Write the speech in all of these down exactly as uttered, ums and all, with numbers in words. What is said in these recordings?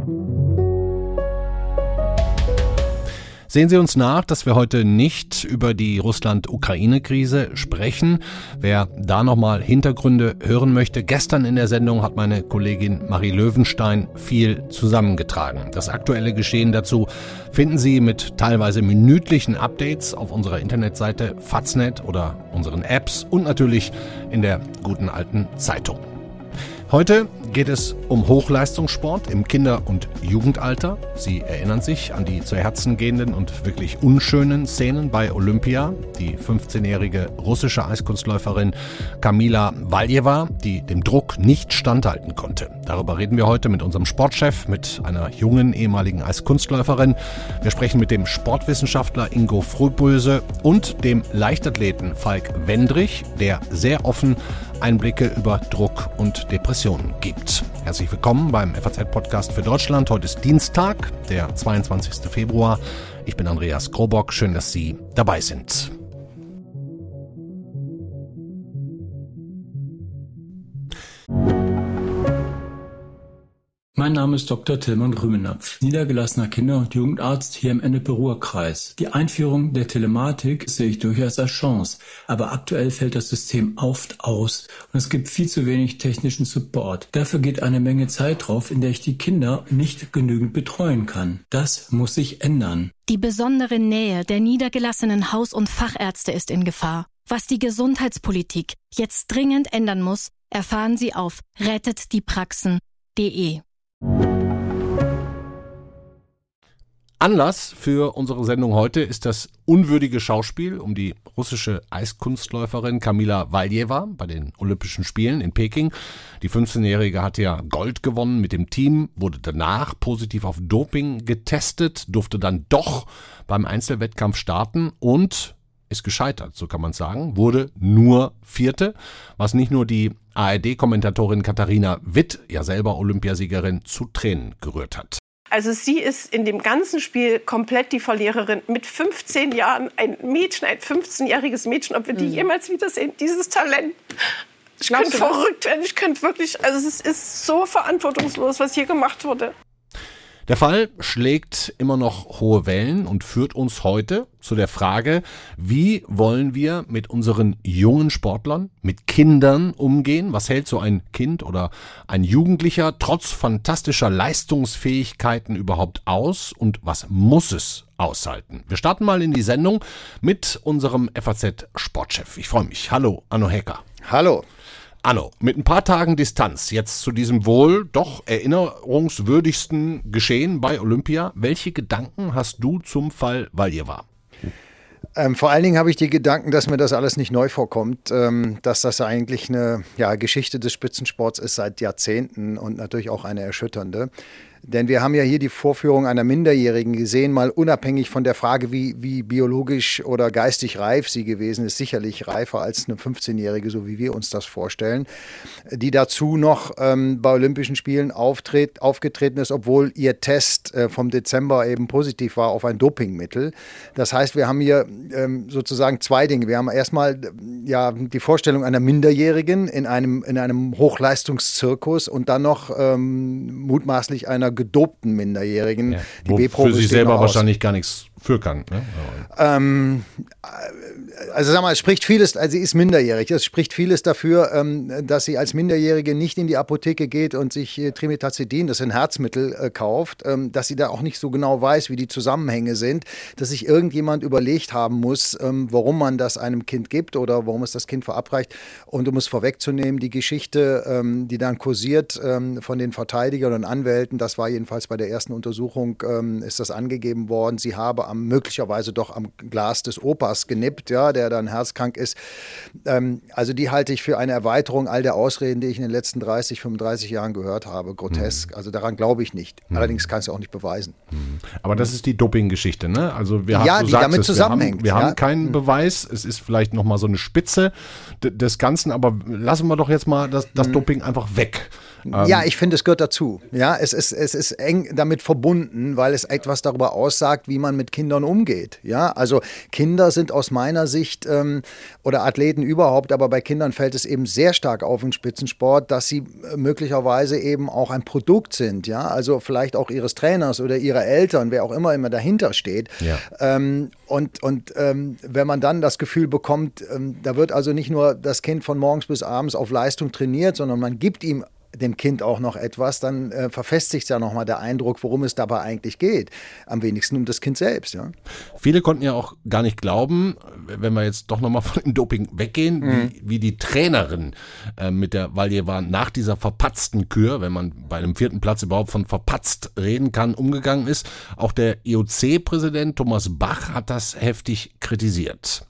Sehen Sie uns nach, dass wir heute nicht über die Russland-Ukraine-Krise sprechen. Wer da nochmal Hintergründe hören möchte, gestern in der Sendung hat meine Kollegin Marie Löwenstein viel zusammengetragen. Das aktuelle Geschehen dazu finden Sie mit teilweise minütlichen Updates auf unserer Internetseite Faznet oder unseren Apps und natürlich in der guten alten Zeitung. Heute geht es um Hochleistungssport im Kinder- und Jugendalter. Sie erinnern sich an die zu Herzen gehenden und wirklich unschönen Szenen bei Olympia. Die fünfzehnjährige russische Eiskunstläuferin Kamila Waljewa, die dem Druck nicht standhalten konnte. Darüber reden wir heute mit unserem Sportchef, mit einer jungen ehemaligen Eiskunstläuferin. Wir sprechen mit dem Sportwissenschaftler Ingo Fröböse und dem Leichtathleten Falk Wendrich, der sehr offen Einblicke über Druck und Depressionen gibt. Herzlich willkommen beim F A Z-Podcast für Deutschland. Heute ist Dienstag, der zweiundzwanzigsten Februar. Ich bin Andreas Krobock. Schön, dass Sie dabei sind. Mein Name ist Doktor Tilman Rümenapf, niedergelassener Kinder- und Jugendarzt hier im Ennepe-Ruhr-Kreis. Die Einführung der Telematik sehe ich durchaus als Chance, aber aktuell fällt das System oft aus und es gibt viel zu wenig technischen Support. Dafür geht eine Menge Zeit drauf, in der ich die Kinder nicht genügend betreuen kann. Das muss sich ändern. Die besondere Nähe der niedergelassenen Haus- und Fachärzte ist in Gefahr. Was die Gesundheitspolitik jetzt dringend ändern muss, erfahren Sie auf rettet die praxen punkt de. Anlass für unsere Sendung heute ist das unwürdige Schauspiel um die russische Eiskunstläuferin Kamila Waljewa bei den Olympischen Spielen in Peking. Die fünfzehnjährige hat ja Gold gewonnen mit dem Team, wurde danach positiv auf Doping getestet, durfte dann doch beim Einzelwettkampf starten und ist gescheitert, so kann man sagen, wurde nur Vierte, was nicht nur die A R D-Kommentatorin Katharina Witt, ja selber Olympiasiegerin, zu Tränen gerührt hat. Also sie ist in dem ganzen Spiel komplett die Verliererin. Mit fünfzehn Jahren, ein Mädchen, ein fünfzehnjähriges Mädchen, ob wir die mhm. jemals wiedersehen, dieses Talent. Ich könnte verrückt werden, ich könnte wirklich, also es ist so verantwortungslos, was hier gemacht wurde. Der Fall schlägt immer noch hohe Wellen und führt uns heute zu der Frage, wie wollen wir mit unseren jungen Sportlern, mit Kindern umgehen? Was hält so ein Kind oder ein Jugendlicher trotz fantastischer Leistungsfähigkeiten überhaupt aus und was muss es aushalten? Wir starten mal in die Sendung mit unserem F A Z-Sportchef. Ich freue mich. Hallo, Anno Hecker. Hallo. Anno, mit ein paar Tagen Distanz jetzt zu diesem wohl doch erinnerungswürdigsten Geschehen bei Olympia. Welche Gedanken hast du zum Fall Waljewa? Ähm, vor allen Dingen habe ich die Gedanken, dass mir das alles nicht neu vorkommt, ähm, dass das eigentlich eine ja, Geschichte des Spitzensports ist seit Jahrzehnten und natürlich auch eine erschütternde. Denn wir haben ja hier die Vorführung einer Minderjährigen gesehen, mal unabhängig von der Frage, wie, wie biologisch oder geistig reif sie gewesen ist, sicherlich reifer als eine fünfzehnjährige, so wie wir uns das vorstellen, die dazu noch ähm, bei Olympischen Spielen auftritt, aufgetreten ist, obwohl ihr Test äh, vom Dezember eben positiv war auf ein Dopingmittel. Das heißt, wir haben hier ähm, sozusagen zwei Dinge. Wir haben erstmal ja, die Vorstellung einer Minderjährigen in einem, in einem Hochleistungszirkus und dann noch ähm, mutmaßlich einer gedopten Minderjährigen. Ja, die B-Probe für sich selber wahrscheinlich gar nichts für kann. Ne? Ähm, also sag mal, es spricht vieles, also sie ist minderjährig, es spricht vieles dafür, ähm, dass sie als Minderjährige nicht in die Apotheke geht und sich äh, Trimetazidin, das ist ein Herzmittel, äh, kauft, ähm, dass sie da auch nicht so genau weiß, wie die Zusammenhänge sind, dass sich irgendjemand überlegt haben muss, ähm, warum man das einem Kind gibt oder warum es das Kind verabreicht. Und um es vorwegzunehmen, die Geschichte, ähm, die dann kursiert ähm, von den Verteidigern und Anwälten, das war jedenfalls bei der ersten Untersuchung, ähm, ist das angegeben worden, sie habe am, möglicherweise doch am Glas des Opas genippt, ja, der dann herzkrank ist. Ähm, also die halte ich für eine Erweiterung all der Ausreden, die ich in den letzten dreißig, fünfunddreißig Jahren gehört habe. Grotesk. Mhm. Also daran glaube ich nicht. Mhm. Allerdings kann es ja auch nicht beweisen. Mhm. Aber das ist die Doping-Geschichte, ne? Also wir haben, ja, du die sagst damit es, zusammenhängt. Wir haben, wir ja. haben keinen mhm. Beweis. Es ist vielleicht nochmal so eine Spitze d- des Ganzen, aber lassen wir doch jetzt mal das, das mhm. Doping einfach weg. Ja, ich finde, es gehört dazu. Ja, es ist, es ist eng damit verbunden, weil es etwas darüber aussagt, wie man mit Kindern umgeht. Ja, also Kinder sind aus meiner Sicht ähm, oder Athleten überhaupt, aber bei Kindern fällt es eben sehr stark auf im Spitzensport, dass sie möglicherweise eben auch ein Produkt sind. Ja, also vielleicht auch ihres Trainers oder ihrer Eltern, wer auch immer immer dahinter steht. Ja. Ähm, und und ähm, wenn man dann das Gefühl bekommt, ähm, da wird also nicht nur das Kind von morgens bis abends auf Leistung trainiert, sondern man gibt ihm dem Kind auch noch etwas, dann äh, verfestigt ja nochmal der Eindruck, worum es dabei eigentlich geht. Am wenigsten um das Kind selbst. Ja. Viele konnten ja auch gar nicht glauben, wenn wir jetzt doch nochmal von dem Doping weggehen, mhm. wie, wie die Trainerin äh, mit der Valjeva nach dieser verpatzten Kür, wenn man bei einem vierten Platz überhaupt von verpatzt reden kann, umgegangen ist. Auch der I O C-Präsident Thomas Bach hat das heftig kritisiert.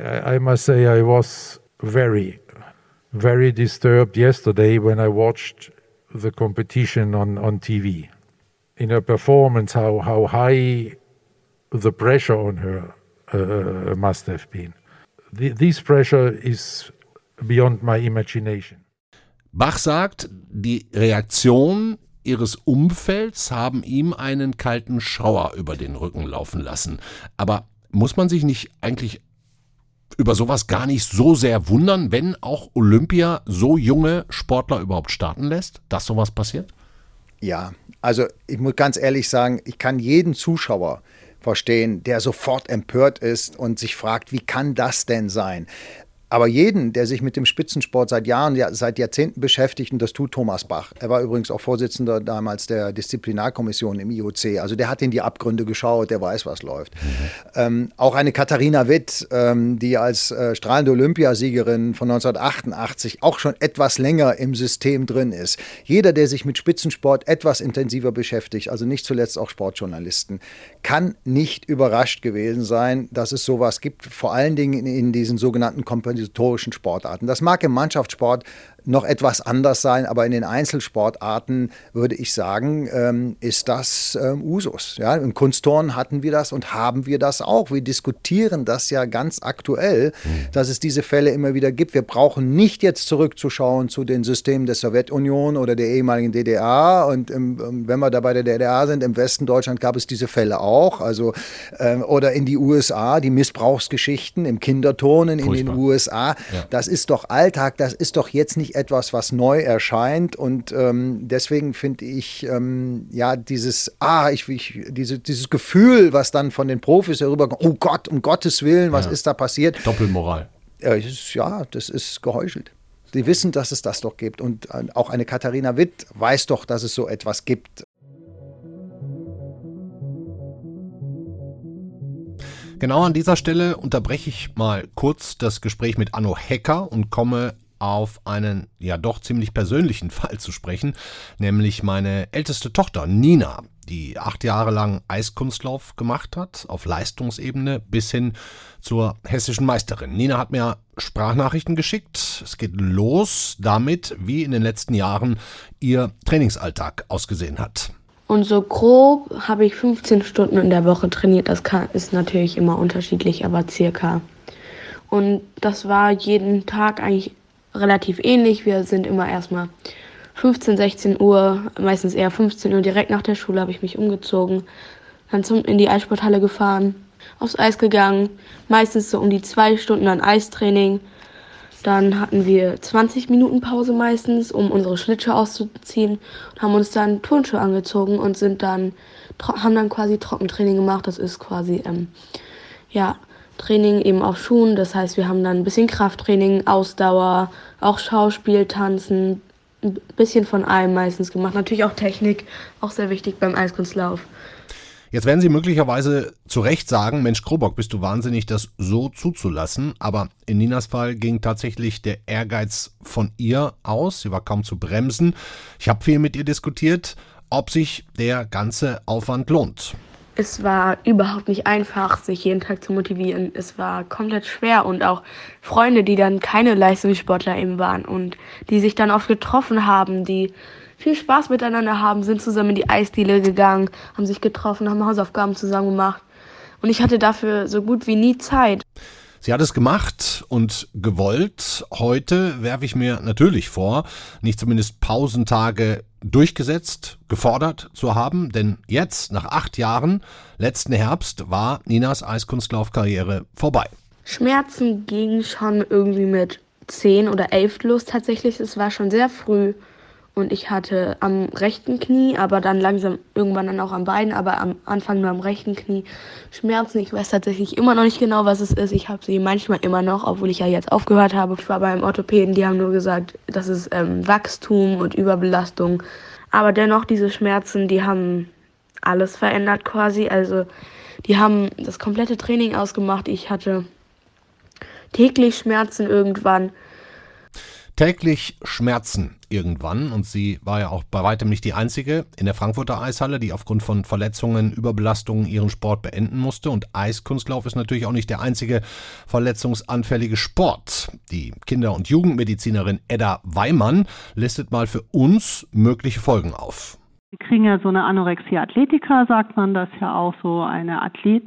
I must say I was very very disturbed yesterday when I watched the competition on, on T V. In her performance, how, how high the pressure on her uh, must have been. The, this pressure is beyond my imagination. Bach sagt, die Reaktion ihres Umfelds haben ihm einen kalten Schauer über den Rücken laufen lassen. Aber muss man sich nicht eigentlich über sowas gar nicht so sehr wundern, wenn auch Olympia so junge Sportler überhaupt starten lässt, dass sowas passiert? Ja, also ich muss ganz ehrlich sagen, ich kann jeden Zuschauer verstehen, der sofort empört ist und sich fragt, wie kann das denn sein? Aber jeden, der sich mit dem Spitzensport seit Jahren, ja, seit Jahrzehnten beschäftigt, und das tut Thomas Bach. Er war übrigens auch Vorsitzender damals der Disziplinarkommission im I O C. Also der hat in die Abgründe geschaut, der weiß, was läuft. Mhm. Ähm, auch eine Katharina Witt, ähm, die als äh, strahlende Olympiasiegerin von neunzehnhundertachtundachtzig auch schon etwas länger im System drin ist. Jeder, der sich mit Spitzensport etwas intensiver beschäftigt, also nicht zuletzt auch Sportjournalisten, kann nicht überrascht gewesen sein, dass es sowas gibt, vor allen Dingen in, in diesen sogenannten Kompetenzen historischen Sportarten. Das mag im Mannschaftssport noch etwas anders sein, aber in den Einzelsportarten würde ich sagen, ähm, ist das ähm, Usus. Ja, im Kunstturnen hatten wir das und haben wir das auch. Wir diskutieren das ja ganz aktuell, mhm. dass es diese Fälle immer wieder gibt. Wir brauchen nicht jetzt zurückzuschauen zu den Systemen der Sowjetunion oder der ehemaligen D D R. Und im, wenn wir da bei der D D R sind, im Westen Deutschland gab es diese Fälle auch. Also, ähm, oder in die U S A, die Missbrauchsgeschichten im Kinderturnen in den U S A. Ja. Das ist doch Alltag, das ist doch jetzt nicht etwas, was neu erscheint, und ähm, deswegen finde ich, ähm, ja, dieses, ah, ich, ich, diese, dieses Gefühl, was dann von den Profis herüberkommt, oh Gott, um Gottes Willen, was ja. ist da passiert? Doppelmoral. Ja, das ist, ja, das ist geheuchelt. Sie wissen, dass es das doch gibt, und äh, auch eine Katharina Witt weiß doch, dass es so etwas gibt. Genau an dieser Stelle unterbreche ich mal kurz das Gespräch mit Anno Hecker und komme auf einen ja doch ziemlich persönlichen Fall zu sprechen, nämlich meine älteste Tochter Nina, die acht Jahre lang Eiskunstlauf gemacht hat, auf Leistungsebene bis hin zur hessischen Meisterin. Nina hat mir Sprachnachrichten geschickt. Es geht los damit, wie in den letzten Jahren ihr Trainingsalltag ausgesehen hat. Und so grob habe ich fünfzehn Stunden in der Woche trainiert. Das kann, ist natürlich immer unterschiedlich, aber circa. Und das war jeden Tag eigentlich relativ ähnlich. Wir sind immer erstmal fünfzehn, sechzehn Uhr, meistens eher fünfzehn Uhr, direkt nach der Schule habe ich mich umgezogen, dann zum, in die Eissporthalle gefahren, aufs Eis gegangen, meistens so um die zwei Stunden an Eistraining. Dann hatten wir zwanzig Minuten Pause meistens, um unsere Schlittschuhe auszuziehen, und haben uns dann Turnschuhe angezogen und sind dann, haben dann quasi Trockentraining gemacht. Das ist quasi, ähm, ja, Training eben auf Schuhen. Das heißt, wir haben dann ein bisschen Krafttraining, Ausdauer, auch Schauspiel, Tanzen, ein bisschen von allem meistens gemacht. Natürlich auch Technik, auch sehr wichtig beim Eiskunstlauf. Jetzt werden Sie möglicherweise zu Recht sagen, Mensch Krobock, bist du wahnsinnig, das so zuzulassen. Aber in Ninas Fall ging tatsächlich der Ehrgeiz von ihr aus. Sie war kaum zu bremsen. Ich habe viel mit ihr diskutiert, ob sich der ganze Aufwand lohnt. Es war überhaupt nicht einfach, sich jeden Tag zu motivieren. Es war komplett schwer, und auch Freunde, die dann keine Leistungssportler eben waren und die sich dann oft getroffen haben, die viel Spaß miteinander haben, sind zusammen in die Eisdiele gegangen, haben sich getroffen, haben Hausaufgaben zusammen gemacht. Und ich hatte dafür so gut wie nie Zeit. Sie hat es gemacht und gewollt. Heute werfe ich mir natürlich vor, nicht zumindest Pausentage durchgesetzt, gefordert zu haben. Denn jetzt, nach acht Jahren, letzten Herbst, war Ninas Eiskunstlaufkarriere vorbei. Schmerzen gingen schon irgendwie mit zehn oder elf los tatsächlich. Es war schon sehr früh. Und ich hatte am rechten Knie, aber dann langsam irgendwann dann auch am Bein, aber am Anfang nur am rechten Knie Schmerzen. Ich weiß tatsächlich immer noch nicht genau, was es ist. Ich habe sie manchmal immer noch, obwohl ich ja jetzt aufgehört habe. Ich war beim Orthopäden, die haben nur gesagt, das ist ähm, Wachstum und Überbelastung. Aber dennoch, diese Schmerzen, die haben alles verändert quasi. Also die haben das komplette Training ausgemacht. Ich hatte täglich Schmerzen irgendwann. Täglich Schmerzen irgendwann, und sie war ja auch bei weitem nicht die Einzige in der Frankfurter Eishalle, die aufgrund von Verletzungen, Überbelastungen ihren Sport beenden musste. Und Eiskunstlauf ist natürlich auch nicht der einzige verletzungsanfällige Sport. Die Kinder- und Jugendmedizinerin Edda Weimann listet mal für uns mögliche Folgen auf. Sie kriegen ja so eine Anorexie athletica, sagt man das ja auch, so eine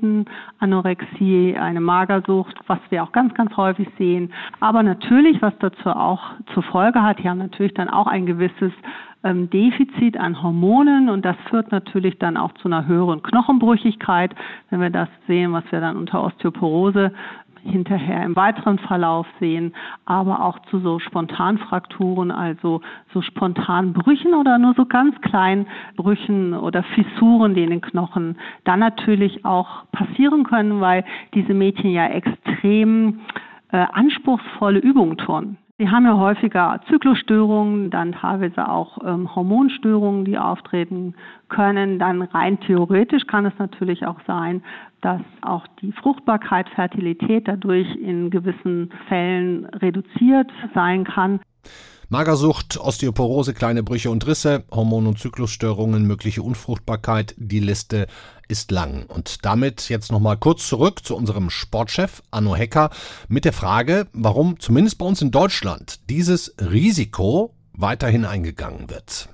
Athletenanorexie, eine Magersucht, was wir auch ganz, ganz häufig sehen. Aber natürlich, was dazu auch zur Folge hat, die haben natürlich dann auch ein gewisses ähm, Defizit an Hormonen, und das führt natürlich dann auch zu einer höheren Knochenbrüchigkeit, wenn wir das sehen, was wir dann unter Osteoporose hinterher im weiteren Verlauf sehen, aber auch zu so Spontanfrakturen, also so Spontanbrüchen oder nur so ganz kleinen Brüchen oder Fissuren, die in den Knochen dann natürlich auch passieren können, weil diese Mädchen ja extrem äh, anspruchsvolle Übungen turnen. Sie haben ja häufiger Zyklusstörungen, dann teilweise auch ähm, Hormonstörungen, die auftreten können. Dann rein theoretisch kann es natürlich auch sein, dass auch die Fruchtbarkeit, Fertilität dadurch in gewissen Fällen reduziert sein kann. Magersucht, Osteoporose, kleine Brüche und Risse, Hormon- und Zyklusstörungen, mögliche Unfruchtbarkeit, die Liste ist lang. Und damit jetzt nochmal kurz zurück zu unserem Sportchef Anno Hecker mit der Frage, warum zumindest bei uns in Deutschland dieses Risiko weiterhin eingegangen wird.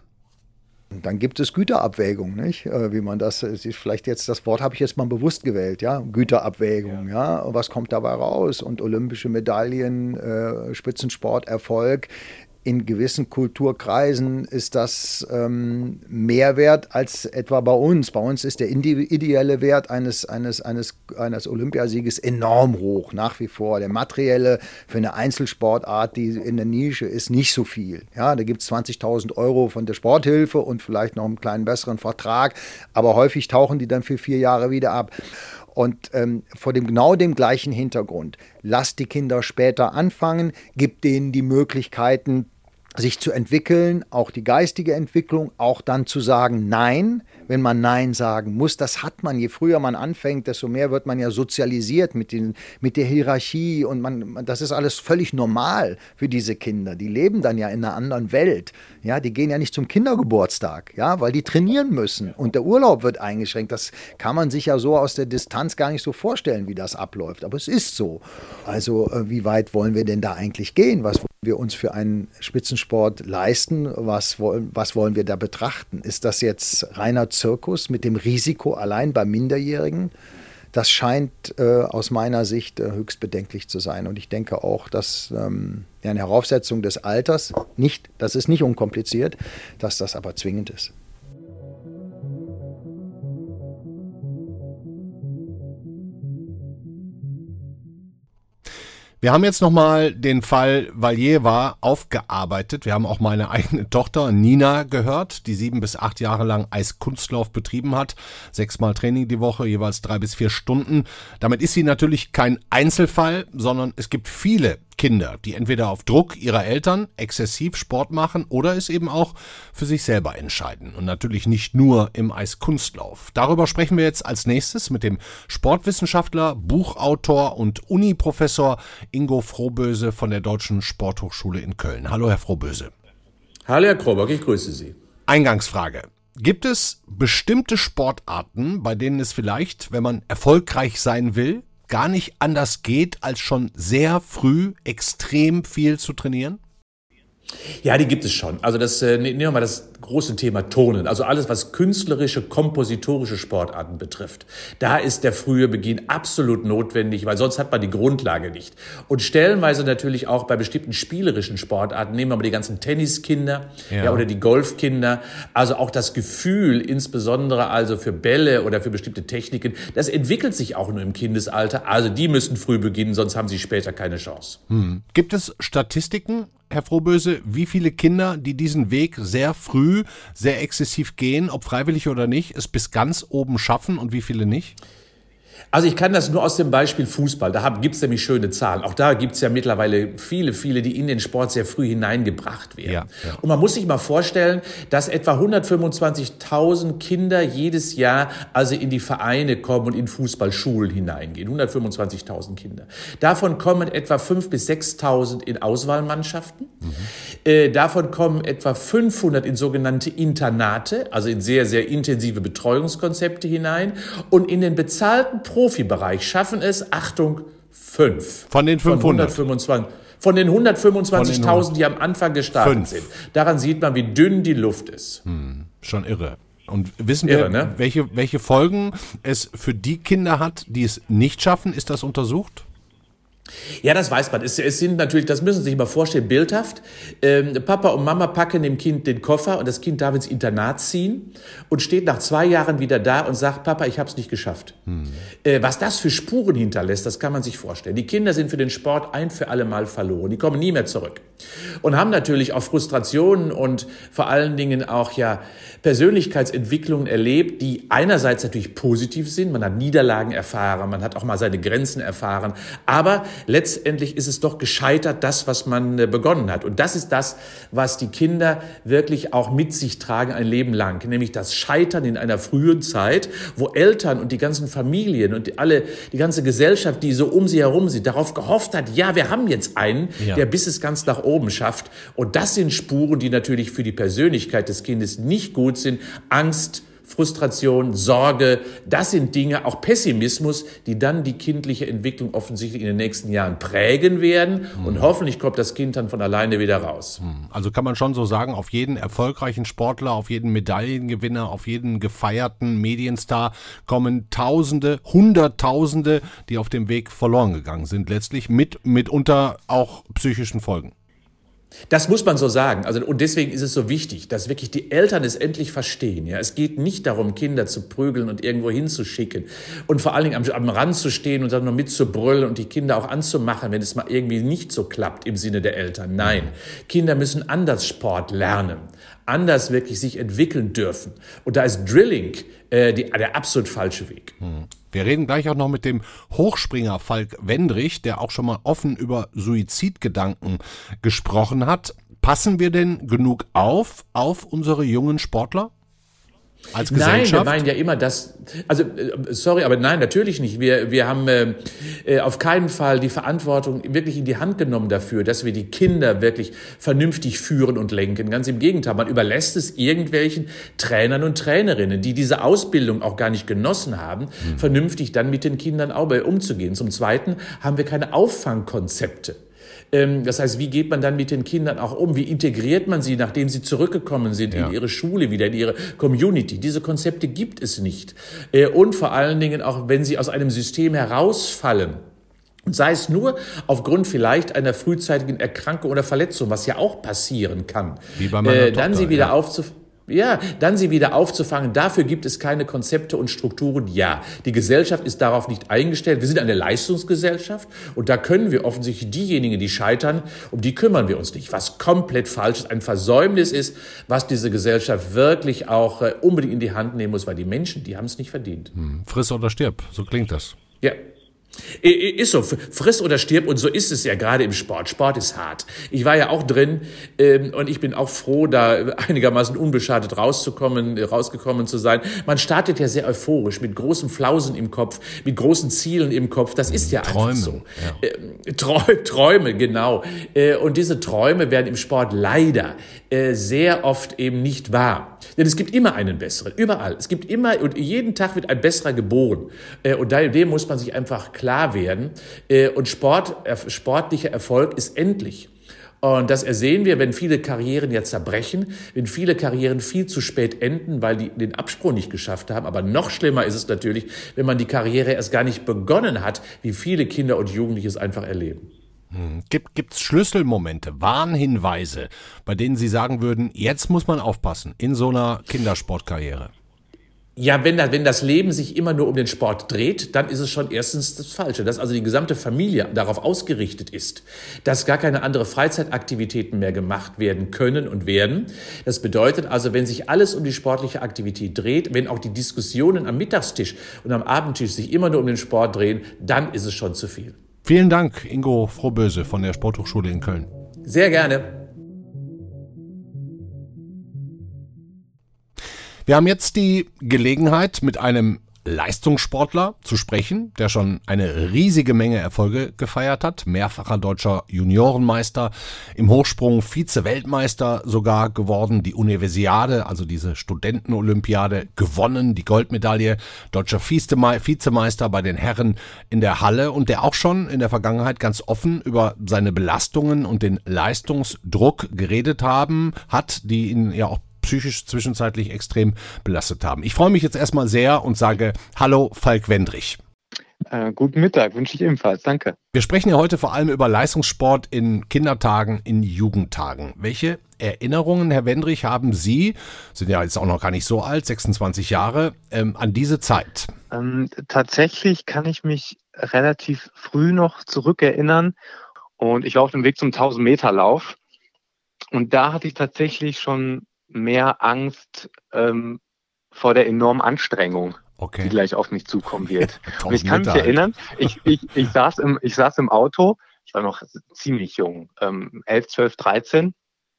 Dann gibt es Güterabwägung, nicht? Wie man das, ist vielleicht jetzt, das Wort habe ich jetzt mal bewusst gewählt, ja, Güterabwägung, ja, was kommt dabei raus? Und olympische Medaillen, äh, Spitzensporterfolg. In gewissen Kulturkreisen ist das ähm, mehr wert als etwa bei uns. Bei uns ist der ideelle Wert eines, eines, eines, eines Olympiasieges enorm hoch, nach wie vor. Der materielle für eine Einzelsportart, die in der Nische ist, nicht so viel. Ja, da gibt es zwanzigtausend Euro von der Sporthilfe und vielleicht noch einen kleinen besseren Vertrag, aber häufig tauchen die dann für vier Jahre wieder ab. Und ähm, vor dem genau dem gleichen Hintergrund, lasst die Kinder später anfangen, gibt denen die Möglichkeiten, sich zu entwickeln, auch die geistige Entwicklung, auch dann zu sagen Nein, wenn man Nein sagen muss. Das hat man, je früher man anfängt, desto mehr wird man ja sozialisiert mit, den, mit der Hierarchie, und man, das ist alles völlig normal für diese Kinder. Die leben dann ja in einer anderen Welt. Ja, die gehen ja nicht zum Kindergeburtstag, ja, weil die trainieren müssen und der Urlaub wird eingeschränkt. Das kann man sich ja so aus der Distanz gar nicht so vorstellen, wie das abläuft. Aber es ist so. Also wie weit wollen wir denn da eigentlich gehen? Was wollen wir uns für einen Spitzensport leisten? Was wollen, was wollen wir da betrachten? Ist das jetzt reiner Zirkus mit dem Risiko allein bei Minderjährigen? Das scheint äh, aus meiner Sicht äh, höchst bedenklich zu sein. Und ich denke auch, dass ähm, ja, eine Heraufsetzung des Alters, nicht, das ist nicht unkompliziert, dass das aber zwingend ist. Wir haben jetzt nochmal den Fall Valjeva aufgearbeitet. Wir haben auch meine eigene Tochter Nina gehört, die sieben bis acht Jahre lang Eiskunstlauf betrieben hat. Sechsmal Training die Woche, jeweils drei bis vier Stunden. Damit ist sie natürlich kein Einzelfall, sondern es gibt viele Kinder, die entweder auf Druck ihrer Eltern exzessiv Sport machen oder es eben auch für sich selber entscheiden. Und natürlich nicht nur im Eiskunstlauf. Darüber sprechen wir jetzt als nächstes mit dem Sportwissenschaftler, Buchautor und Uni-Professor Ingo Frohböse von der Deutschen Sporthochschule in Köln. Hallo, Herr Frohböse. Hallo, Herr Krobock, ich grüße Sie. Eingangsfrage. Gibt es bestimmte Sportarten, bei denen es vielleicht, wenn man erfolgreich sein will, gar nicht anders geht, als schon sehr früh extrem viel zu trainieren? Ja, die gibt es schon. Also das, nehmen wir mal das große Thema Turnen, also alles, was künstlerische, kompositorische Sportarten betrifft. Da ist der frühe Beginn absolut notwendig, weil sonst hat man die Grundlage nicht. Und stellenweise natürlich auch bei bestimmten spielerischen Sportarten, nehmen wir mal die ganzen Tenniskinder ja. Ja, oder die Golfkinder, also auch das Gefühl, insbesondere also für Bälle oder für bestimmte Techniken, das entwickelt sich auch nur im Kindesalter. Also die müssen früh beginnen, sonst haben sie später keine Chance. Hm. Gibt es Statistiken, Herr Frohböse, wie viele Kinder, die diesen Weg sehr früh, sehr exzessiv gehen, ob freiwillig oder nicht, es bis ganz oben schaffen und wie viele nicht? Also ich kann das nur aus dem Beispiel Fußball, da gibt es nämlich schöne Zahlen. Auch da gibt es ja mittlerweile viele, viele, die in den Sport sehr früh hineingebracht werden. Ja, ja. Und man muss sich mal vorstellen, dass etwa hundertfünfundzwanzigtausend Kinder jedes Jahr also in die Vereine kommen und in Fußballschulen hineingehen. hundertfünfundzwanzigtausend Kinder. Davon kommen etwa fünftausend bis sechstausend in Auswahlmannschaften. Mhm. Äh, davon kommen etwa fünfhundert in sogenannte Internate, also in sehr, sehr intensive Betreuungskonzepte hinein. Und in den bezahlten Profibereich schaffen es, Achtung, fünf. Von den fünfhundert? Von, hundertfünfundzwanzig, von den hundertfünfundzwanzigtausend, die am Anfang gestartet fünf. sind. Daran sieht man, wie dünn die Luft ist. Hm, schon irre. Und wissen wir, irre, ne? welche, welche Folgen es für die Kinder hat, die es nicht schaffen? Ist das untersucht? Ja, das weiß man. Es, es sind natürlich, das müssen Sie sich mal vorstellen, bildhaft. Ähm, Papa und Mama packen dem Kind den Koffer und das Kind darf ins Internat ziehen und steht nach zwei Jahren wieder da und sagt, Papa, ich habe es nicht geschafft. Hm. Äh, was das für Spuren hinterlässt, das kann man sich vorstellen. Die Kinder sind für den Sport ein für alle Mal verloren. Die kommen nie mehr zurück. Und haben natürlich auch Frustrationen und vor allen Dingen auch ja Persönlichkeitsentwicklungen erlebt, die einerseits natürlich positiv sind. Man hat Niederlagen erfahren, man hat auch mal seine Grenzen erfahren, aber letztendlich ist es doch gescheitert, das, was man begonnen hat. Und das ist das, was die Kinder wirklich auch mit sich tragen ein Leben lang. Nämlich das Scheitern in einer frühen Zeit, wo Eltern und die ganzen Familien und die, alle, die ganze Gesellschaft, die so um sie herum sind, darauf gehofft hat, ja, wir haben jetzt einen, ja. der bis es ganz nach oben schafft. Und das sind Spuren, die natürlich für die Persönlichkeit des Kindes nicht gut sind. Angst, Frustration, Sorge, das sind Dinge, auch Pessimismus, die dann die kindliche Entwicklung offensichtlich in den nächsten Jahren prägen werden. Hm. Und hoffentlich kommt das Kind dann von alleine wieder raus. Also kann man schon so sagen, auf jeden erfolgreichen Sportler, auf jeden Medaillengewinner, auf jeden gefeierten Medienstar kommen Tausende, Hunderttausende, die auf dem Weg verloren gegangen sind, letztlich mit mitunter auch psychischen Folgen. Das muss man so sagen. Also, und deswegen ist es so wichtig, dass wirklich die Eltern es endlich verstehen. Ja, es geht nicht darum, Kinder zu prügeln und irgendwo hinzuschicken und vor allen Dingen am, am Rand zu stehen und dann noch mitzubrüllen und die Kinder auch anzumachen, wenn es mal irgendwie nicht so klappt im Sinne der Eltern. Nein, Kinder müssen anders Sport lernen, anders wirklich sich entwickeln dürfen. Und da ist Drilling äh, die, der absolut falsche Weg. Hm. Wir reden gleich auch noch mit dem Hochspringer Falk Wendrich, der auch schon mal offen über Suizidgedanken gesprochen hat. Passen wir denn genug auf, auf unsere jungen Sportler? Als Gesellschaft? Nein, wir meinen ja immer, dass, also sorry, aber nein, natürlich nicht. Wir wir haben äh, auf keinen Fall die Verantwortung wirklich in die Hand genommen dafür, dass wir die Kinder wirklich vernünftig führen und lenken. Ganz im Gegenteil, man überlässt es irgendwelchen Trainern und Trainerinnen, die diese Ausbildung auch gar nicht genossen haben, mhm. vernünftig dann mit den Kindern auch umzugehen. Zum Zweiten haben wir keine Auffangkonzepte. Das heißt, wie geht man dann mit den Kindern auch um? Wie integriert man sie, nachdem sie zurückgekommen sind ja. in ihre Schule wieder, in ihre Community? Diese Konzepte gibt es nicht. Und vor allen Dingen auch, wenn sie aus einem System herausfallen, und sei es nur aufgrund vielleicht einer frühzeitigen Erkrankung oder Verletzung, was ja auch passieren kann, wie bei meiner äh, dann Tochter, sie wieder ja. aufzufangen. Ja, dann sie wieder aufzufangen. Dafür gibt es keine Konzepte und Strukturen. Ja, die Gesellschaft ist darauf nicht eingestellt. Wir sind eine Leistungsgesellschaft und da können wir offensichtlich diejenigen, die scheitern, um die kümmern wir uns nicht. Was komplett falsch ist, ein Versäumnis ist, was diese Gesellschaft wirklich auch äh, unbedingt in die Hand nehmen muss, weil die Menschen, die haben es nicht verdient. Hm, friss oder stirb, so klingt das. Ja. Ist so, friss oder stirb, und so ist es ja gerade im Sport. Sport ist hart. Ich war ja auch drin ähm, und ich bin auch froh, da einigermaßen unbeschadet rauszukommen, rausgekommen zu sein. Man startet ja sehr euphorisch, mit großen Flausen im Kopf, mit großen Zielen im Kopf. Das ist ja Träume, einfach so. Ja. Äh, Träume, Träume, genau. Äh, und diese Träume werden im Sport leider äh, sehr oft eben nicht wahr. Denn es gibt immer einen besseren, überall. Es gibt immer, und jeden Tag wird ein besserer geboren. Äh, und dem muss man sich einfach klar werden. Und Sport, sportlicher Erfolg ist endlich. Und das ersehen wir, wenn viele Karrieren ja zerbrechen, wenn viele Karrieren viel zu spät enden, weil die den Absprung nicht geschafft haben. Aber noch schlimmer ist es natürlich, wenn man die Karriere erst gar nicht begonnen hat, wie viele Kinder und Jugendliche es einfach erleben. Hm. Gibt es Schlüsselmomente, Warnhinweise, bei denen Sie sagen würden, jetzt muss man aufpassen in so einer Kindersportkarriere? Ja, wenn das, wenn das Leben sich immer nur um den Sport dreht, dann ist es schon erstens das Falsche. Dass also die gesamte Familie darauf ausgerichtet ist, dass gar keine andere Freizeitaktivitäten mehr gemacht werden können und werden. Das bedeutet also, wenn sich alles um die sportliche Aktivität dreht, wenn auch die Diskussionen am Mittagstisch und am Abendtisch sich immer nur um den Sport drehen, dann ist es schon zu viel. Vielen Dank, Ingo Frohböse von der Sporthochschule in Köln. Sehr gerne. Wir haben jetzt die Gelegenheit, mit einem Leistungssportler zu sprechen, der schon eine riesige Menge Erfolge gefeiert hat. Mehrfacher deutscher Juniorenmeister, im Hochsprung Vize-Weltmeister sogar geworden, die Universiade, also diese Studentenolympiade, gewonnen, die Goldmedaille, deutscher Vizemeister bei den Herren in der Halle und der auch schon in der Vergangenheit ganz offen über seine Belastungen und den Leistungsdruck geredet haben, hat, die ihn ja auch psychisch zwischenzeitlich extrem belastet haben. Ich freue mich jetzt erstmal sehr und sage Hallo Falk Wendrich. Äh, guten Mittag, wünsche ich ebenfalls, danke. Wir sprechen ja heute vor allem über Leistungssport in Kindertagen, in Jugendtagen. Welche Erinnerungen, Herr Wendrich, haben Sie, sind ja jetzt auch noch gar nicht so alt, sechsundzwanzig Jahre, ähm, an diese Zeit? Ähm, tatsächlich kann ich mich relativ früh noch zurückerinnern und ich war auf dem Weg zum tausend-Meter-Lauf und da hatte ich tatsächlich schon mehr Angst ähm, vor der enormen Anstrengung, okay, die gleich auf mich zukommen wird. Und ich kann mich halt erinnern, ich, ich, ich, saß im, ich saß im Auto, ich war noch ziemlich jung, ähm, elf, zwölf, dreizehn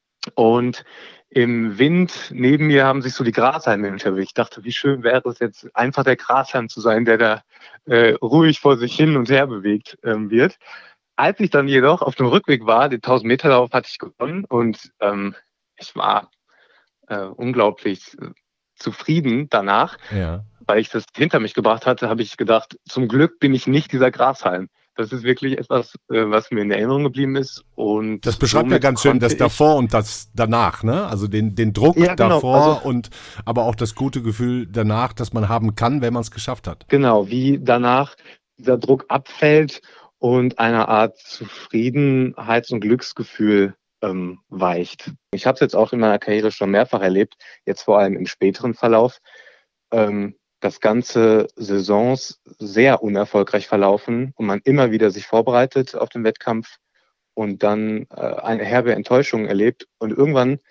und im Wind neben mir haben sich so die Grashalme entwickelt. Ich dachte, wie schön wäre es jetzt, einfach der Grashalm zu sein, der da äh, ruhig vor sich hin und her bewegt ähm, wird. Als ich dann jedoch auf dem Rückweg war, den tausend-Meter-Lauf hatte ich gewonnen und ähm, ich war Uh, unglaublich uh, zufrieden danach, ja. Weil ich das hinter mich gebracht hatte, habe ich gedacht, zum Glück bin ich nicht dieser Grashalm. Das ist wirklich etwas, uh, was mir in Erinnerung geblieben ist. Und das beschreibt ja ganz schön das davor und das danach, ne? Also den, den Druck ja, genau. davor also, und aber auch das gute Gefühl danach, das man haben kann, wenn man es geschafft hat. Genau, wie danach dieser Druck abfällt und eine Art Zufriedenheits- und Glücksgefühl Ähm, weicht. Ich habe es jetzt auch in meiner Karriere schon mehrfach erlebt, jetzt vor allem im späteren Verlauf, ähm, dass ganze Saisons sehr unerfolgreich verlaufen und man immer wieder sich vorbereitet auf den Wettkampf und dann äh, eine herbe Enttäuschung erlebt und irgendwann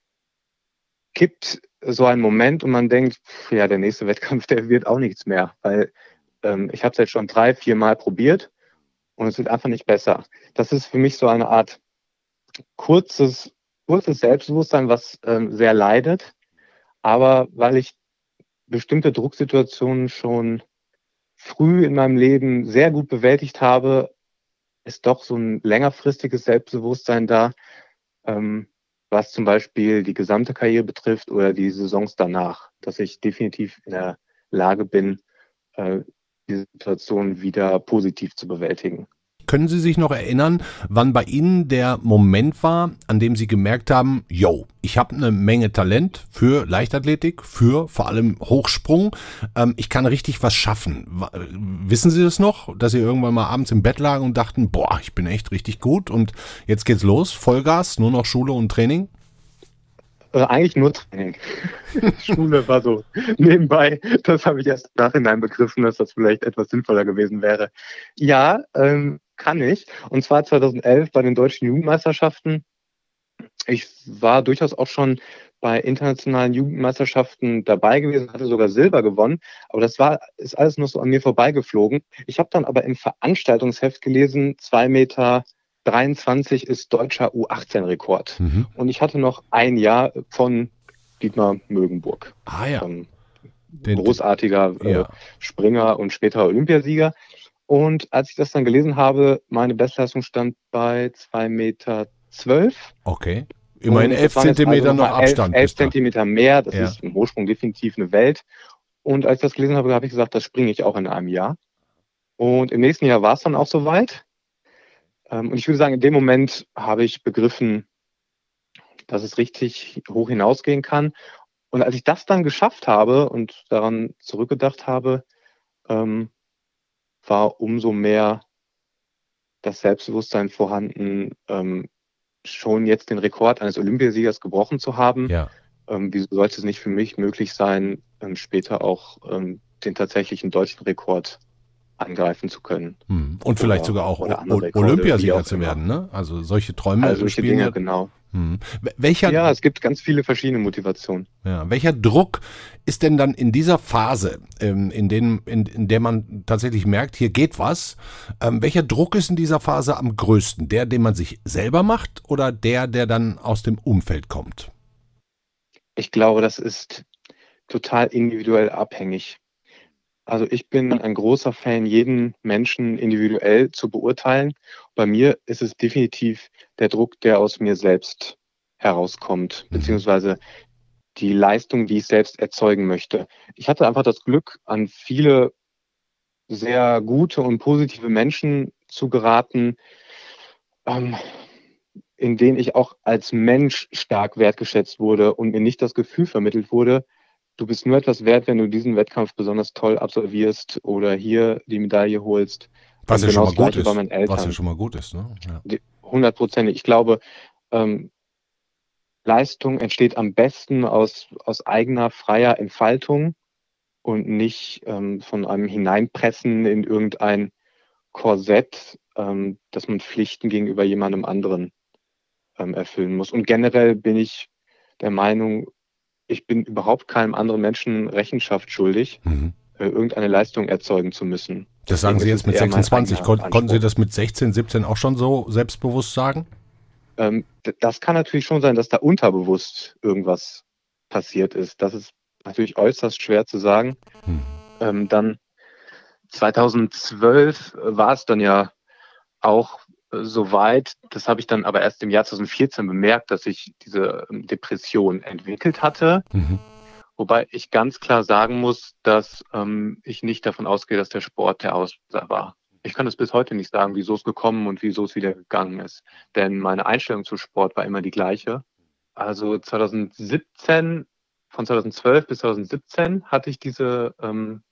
kippt so ein Moment und man denkt, pff, ja, der nächste Wettkampf, der wird auch nichts mehr, weil ähm, ich habe es jetzt schon drei, vier Mal probiert und es wird einfach nicht besser. Das ist für mich so eine Art kurzes, kurzes Selbstbewusstsein, was ähm, sehr leidet, aber weil ich bestimmte Drucksituationen schon früh in meinem Leben sehr gut bewältigt habe, ist doch so ein längerfristiges Selbstbewusstsein da, ähm, was zum Beispiel die gesamte Karriere betrifft oder die Saisons danach, dass ich definitiv in der Lage bin, äh, die Situation wieder positiv zu bewältigen. Können Sie sich noch erinnern, wann bei Ihnen der Moment war, an dem Sie gemerkt haben, yo, ich habe eine Menge Talent für Leichtathletik, für vor allem Hochsprung, ähm, ich kann richtig was schaffen. Wissen Sie das noch, dass Sie irgendwann mal abends im Bett lagen und dachten, boah, ich bin echt richtig gut und jetzt geht's los, Vollgas, nur noch Schule und Training? Äh, eigentlich nur Training. Schule war so nebenbei. Das habe ich erst im Nachhinein begriffen, dass das vielleicht etwas sinnvoller gewesen wäre. Ja, ähm, kann ich. Und zwar zweitausendelf bei den deutschen Jugendmeisterschaften. Ich war durchaus auch schon bei internationalen Jugendmeisterschaften dabei gewesen, hatte sogar Silber gewonnen. Aber das war, ist alles noch so an mir vorbeigeflogen. Ich habe dann aber im Veranstaltungsheft gelesen, zwei Meter dreiundzwanzig ist deutscher U achtzehn Rekord. Mhm. Und ich hatte noch ein Jahr von Dietmar Mögenburg. Ah ja. Ähm, großartiger äh, ja. Springer und späterer Olympiasieger. Und als ich das dann gelesen habe, meine Bestleistung stand bei zwei Meter zwölf. Okay. Immerhin elf Zentimeter also noch Abstand. elf Zentimeter mehr, das ja. ist im Hochsprung definitiv eine Welt. Und als ich das gelesen habe, habe ich gesagt, das springe ich auch in einem Jahr. Und im nächsten Jahr war es dann auch soweit. Ähm, und ich würde sagen, in dem Moment habe ich begriffen, dass es richtig hoch hinausgehen kann. Und als ich das dann geschafft habe und daran zurückgedacht habe, ähm, war umso mehr das Selbstbewusstsein vorhanden, ähm, schon jetzt den Rekord eines Olympiasiegers gebrochen zu haben. Ja. Ähm, wieso sollte es nicht für mich möglich sein, ähm, später auch ähm, den tatsächlichen deutschen Rekord angreifen zu können? Hm. Und vielleicht Oder- sogar auch oder O- andere Rekorde, Olympiasieger wie auch zu immer. werden, ne? Also solche Träume Also solche spielen Dinge, ja. genau. Hm. Welcher, Ja, es gibt ganz viele verschiedene Motivationen. ja, welcher Druck ist denn dann in dieser Phase, ähm, in, den, in, in der man tatsächlich merkt, hier geht was, ähm, welcher Druck ist in dieser Phase am größten? Der, den man sich selber macht oder der, der dann aus dem Umfeld kommt? Ich glaube, das ist total individuell abhängig. Also ich bin ein großer Fan, jeden Menschen individuell zu beurteilen. Bei mir ist es definitiv der Druck, der aus mir selbst herauskommt, Mhm. beziehungsweise die Leistung, die ich selbst erzeugen möchte. Ich hatte einfach das Glück, an viele sehr gute und positive Menschen zu geraten, ähm, in denen ich auch als Mensch stark wertgeschätzt wurde und mir nicht das Gefühl vermittelt wurde, du bist nur etwas wert, wenn du diesen Wettkampf besonders toll absolvierst oder hier die Medaille holst. Was Und ja schon genau mal das gut Gleiche ist. bei meinen Eltern. Was ja schon mal gut ist, ne? Ja. Hundertprozentig. Ich glaube, ähm, Leistung entsteht am besten aus, aus eigener freier Entfaltung und nicht ähm, von einem Hineinpressen in irgendein Korsett, ähm, dass man Pflichten gegenüber jemandem anderen ähm, erfüllen muss. Und generell bin ich der Meinung, ich bin überhaupt keinem anderen Menschen Rechenschaft schuldig, Mhm. äh, irgendeine Leistung erzeugen zu müssen. Das sagen Sie Deswegen jetzt ist mit es eher mein sechsundzwanzig. eigener Kon konnten Sie Anspruch. das mit sechzehn, siebzehn auch schon so selbstbewusst sagen? Ähm, d- das kann natürlich schon sein, dass da unterbewusst irgendwas passiert ist. Das ist natürlich äußerst schwer zu sagen. Hm. Ähm, dann zweitausendzwölf war es dann ja auch äh, soweit. Das habe ich dann aber erst im Jahr zweitausendvierzehn bemerkt, dass ich diese ähm, Depression entwickelt hatte. Mhm. Wobei ich ganz klar sagen muss, dass ähm, ich nicht davon ausgehe, dass der Sport der Auslöser war. Ich kann es bis heute nicht sagen, wieso es gekommen und wieso es wieder gegangen ist. Denn meine Einstellung zu Sport war immer die gleiche. Also zweitausendsiebzehn, von zweitausendzwölf bis zweitausendsiebzehn hatte ich diese ähm,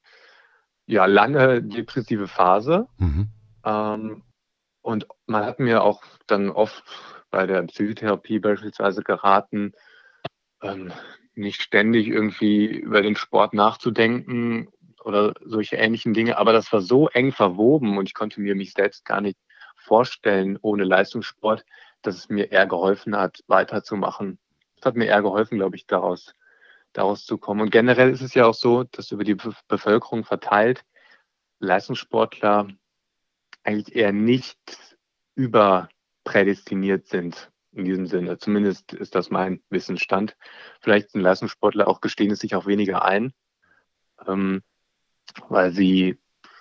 ja, lange depressive Phase. Mhm. Ähm, und man hat mir auch dann oft bei der Psychotherapie beispielsweise geraten, ähm, nicht ständig irgendwie über den Sport nachzudenken oder solche ähnlichen Dinge. Aber das war so eng verwoben und ich konnte mir mich selbst gar nicht vorstellen ohne Leistungssport, dass es mir eher geholfen hat, weiterzumachen. Es hat mir eher geholfen, glaube ich, daraus, daraus zu kommen. Und generell ist es ja auch so, dass über die Be- Bevölkerung verteilt Leistungssportler eigentlich eher nicht überprädestiniert sind in diesem Sinne. Zumindest ist das mein Wissensstand. Vielleicht sind Leistungssportler auch, gestehen es sich auch weniger ein, ähm, weil sie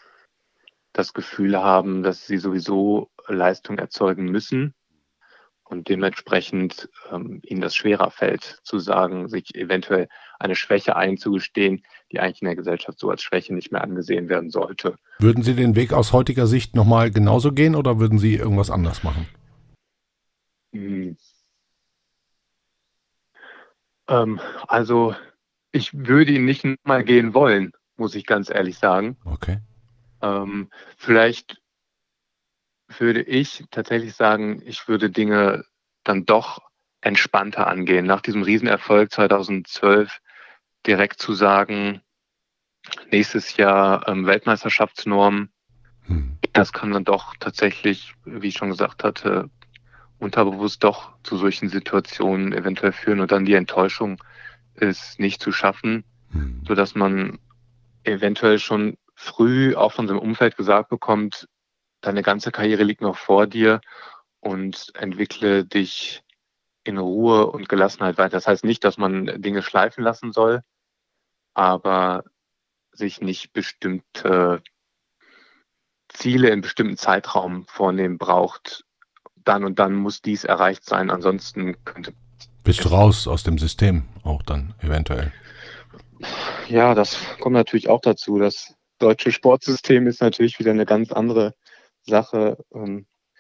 das Gefühl haben, dass sie sowieso Leistung erzeugen müssen und dementsprechend ähm, ihnen das schwerer fällt, zu sagen, sich eventuell eine Schwäche einzugestehen, die eigentlich in der Gesellschaft so als Schwäche nicht mehr angesehen werden sollte. Würden Sie den Weg aus heutiger Sicht nochmal genauso gehen oder würden Sie irgendwas anders machen? Hm. Ähm, also ich würde ihn nicht mal gehen wollen, muss ich ganz ehrlich sagen. Okay. Ähm, vielleicht würde ich tatsächlich sagen, ich würde Dinge dann doch entspannter angehen. Nach diesem Riesenerfolg zweitausendzwölf direkt zu sagen, nächstes Jahr ähm, Weltmeisterschaftsnorm, Hm. das kann dann doch tatsächlich, wie ich schon gesagt hatte, unterbewusst doch zu solchen Situationen eventuell führen und dann die Enttäuschung ist nicht zu schaffen, Hm. sodass man eventuell schon früh auch von seinem Umfeld gesagt bekommt, deine ganze Karriere liegt noch vor dir und entwickle dich in Ruhe und Gelassenheit weiter. Das heißt nicht, dass man Dinge schleifen lassen soll, aber sich nicht bestimmte Ziele in bestimmten Zeitraum vornehmen braucht. Dann und dann muss dies erreicht sein, ansonsten könnte... Bist du raus aus dem System auch dann eventuell? Ja, das kommt natürlich auch dazu. Das deutsche Sportsystem ist natürlich wieder eine ganz andere Sache.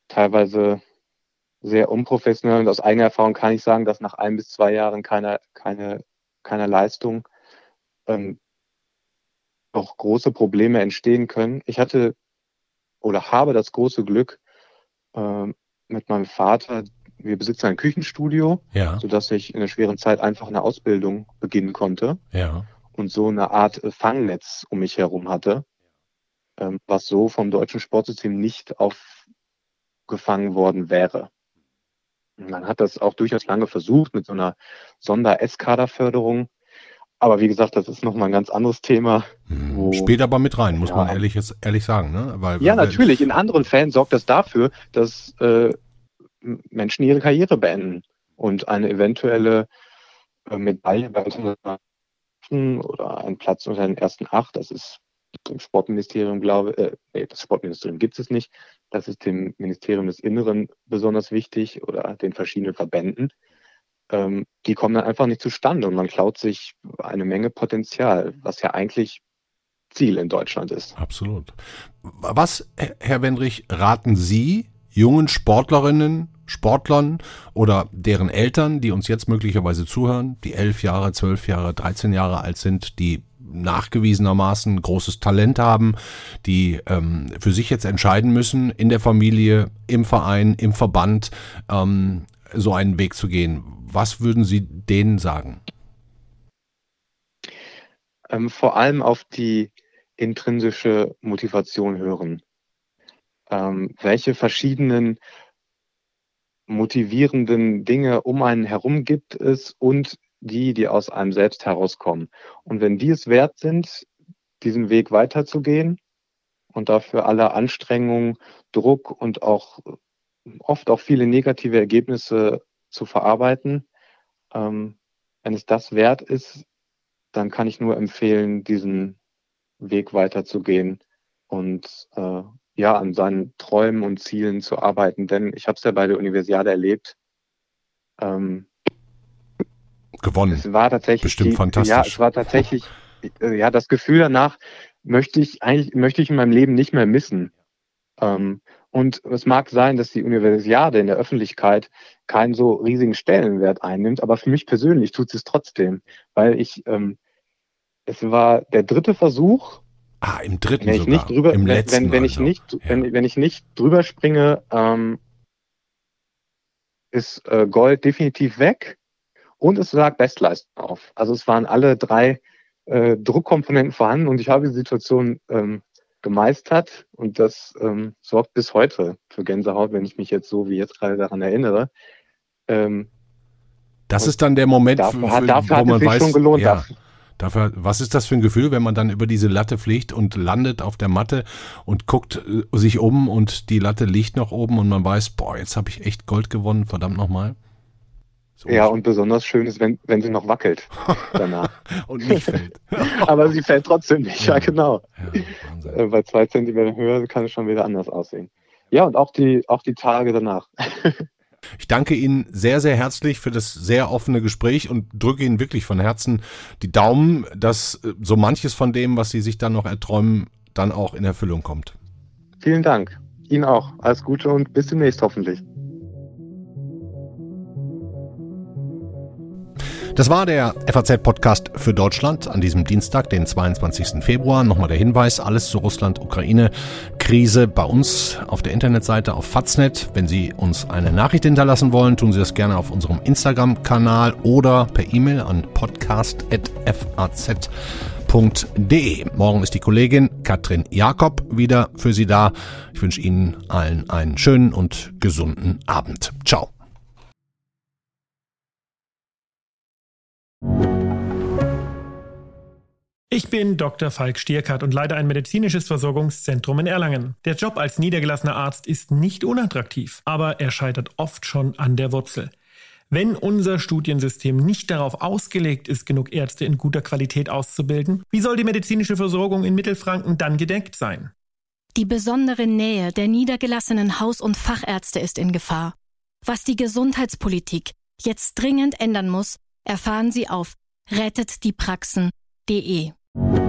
teilweise sehr unprofessionell. Und aus eigener Erfahrung kann ich sagen, dass nach ein bis zwei Jahren keiner, keine, keiner Leistung ähm, noch große Probleme entstehen können. Ich hatte oder habe das große Glück, äh, mit meinem Vater, wir besitzen ein Küchenstudio, ja. sodass ich in einer schweren Zeit einfach eine Ausbildung beginnen konnte ja. und so eine Art Fangnetz um mich herum hatte, ähm, was so vom deutschen Sportsystem nicht aufgefangen worden wäre. Man hat das auch durchaus lange versucht mit so einer Sonder-S-Kader-Förderung. Aber wie gesagt, das ist nochmal ein ganz anderes Thema. Wo, Spielt aber mit rein, muss ja. man ehrlich, ehrlich sagen. Ne? Weil, ja, weil, natürlich. In anderen Fällen sorgt das dafür, dass äh, Menschen ihre Karriere beenden und eine eventuelle äh, Medaille bei internationalen oder einen Platz unter den ersten acht, das ist im Sportministerium, glaube äh, nee, das Sportministerium gibt es nicht, das ist dem Ministerium des Inneren besonders wichtig oder den verschiedenen Verbänden. Ähm, die kommen dann einfach nicht zustande und man klaut sich eine Menge Potenzial, was ja eigentlich Ziel in Deutschland ist. Absolut. Was, Herr Wendrich, raten Sie jungen Sportlerinnen, Sportlern oder deren Eltern, die uns jetzt möglicherweise zuhören, die elf Jahre, zwölf Jahre, dreizehn Jahre alt sind, die nachgewiesenermaßen großes Talent haben, die ähm, für sich jetzt entscheiden müssen, in der Familie, im Verein, im Verband, ähm, so einen Weg zu gehen. Was würden Sie denen sagen? Ähm, vor allem auf die intrinsische Motivation hören. Ähm, welche verschiedenen motivierenden Dinge um einen herum gibt es und die, die aus einem selbst herauskommen. Und wenn die es wert sind, diesen Weg weiterzugehen und dafür alle Anstrengungen, Druck und auch oft auch viele negative Ergebnisse zu verarbeiten, ähm, wenn es das wert ist, dann kann ich nur empfehlen, diesen Weg weiterzugehen und äh, ja, an seinen Träumen und Zielen zu arbeiten. Denn ich habe es ja bei der Universiade erlebt. Ähm, Gewonnen. Es war tatsächlich bestimmt die, fantastisch. Ja, es war tatsächlich äh, ja das Gefühl danach möchte ich eigentlich möchte ich in meinem Leben nicht mehr missen. Ähm, und es mag sein, dass die Universiade in der Öffentlichkeit keinen so riesigen Stellenwert einnimmt, aber für mich persönlich tut es trotzdem, weil ich ähm, es war der dritte Versuch. Ah, im dritten wenn ich sogar. Nicht drüber, Im wenn, letzten wenn, wenn ich also. nicht, ja. wenn, wenn ich nicht drüber springe, ähm, ist äh, Gold definitiv weg und es lag Bestleistung auf. Also es waren alle drei äh, Druckkomponenten vorhanden und ich habe die Situation ähm, gemeistert und das ähm, sorgt bis heute für Gänsehaut, wenn ich mich jetzt so wie jetzt gerade daran erinnere. Ähm, das ist dann der Moment, dafür, für, dafür wo hat man es sich weiß, schon gelohnt. ja. Dafür. Dafür, was ist das für ein Gefühl, wenn man dann über diese Latte fliegt und landet auf der Matte und guckt äh, sich um und die Latte liegt noch oben und man weiß, boah, jetzt habe ich echt Gold gewonnen, verdammt nochmal. So ja, und besonders schön ist, wenn, wenn sie noch wackelt danach. und nicht fällt. Aber sie fällt trotzdem nicht, ja, ja genau. Ja, äh, bei zwei Zentimeter Höhe kann es schon wieder anders aussehen. Ja, und auch die, auch die Tage danach. Ich danke Ihnen sehr, sehr herzlich für das sehr offene Gespräch und drücke Ihnen wirklich von Herzen die Daumen, dass so manches von dem, was Sie sich dann noch erträumen, dann auch in Erfüllung kommt. Vielen Dank. Ihnen auch. Alles Gute und bis demnächst hoffentlich. Das war der F A Z-Podcast für Deutschland an diesem Dienstag, den zweiundzwanzigsten Februar. Nochmal der Hinweis, alles zur Russland-Ukraine-Krise bei uns auf der Internetseite auf Faznet. Wenn Sie uns eine Nachricht hinterlassen wollen, tun Sie das gerne auf unserem Instagram-Kanal oder per E-Mail an podcast at f a z punkt d e. Morgen ist die Kollegin Katrin Jakob wieder für Sie da. Ich wünsche Ihnen allen einen schönen und gesunden Abend. Ciao. Ich bin Doktor Falk Stierkart und leite ein medizinisches Versorgungszentrum in Erlangen. Der Job als niedergelassener Arzt ist nicht unattraktiv, aber er scheitert oft schon an der Wurzel. Wenn unser Studiensystem nicht darauf ausgelegt ist, genug Ärzte in guter Qualität auszubilden, wie soll die medizinische Versorgung in Mittelfranken dann gedeckt sein? Die besondere Nähe der niedergelassenen Haus- und Fachärzte ist in Gefahr. Was die Gesundheitspolitik jetzt dringend ändern muss, erfahren Sie auf rettet die praxen punkt de.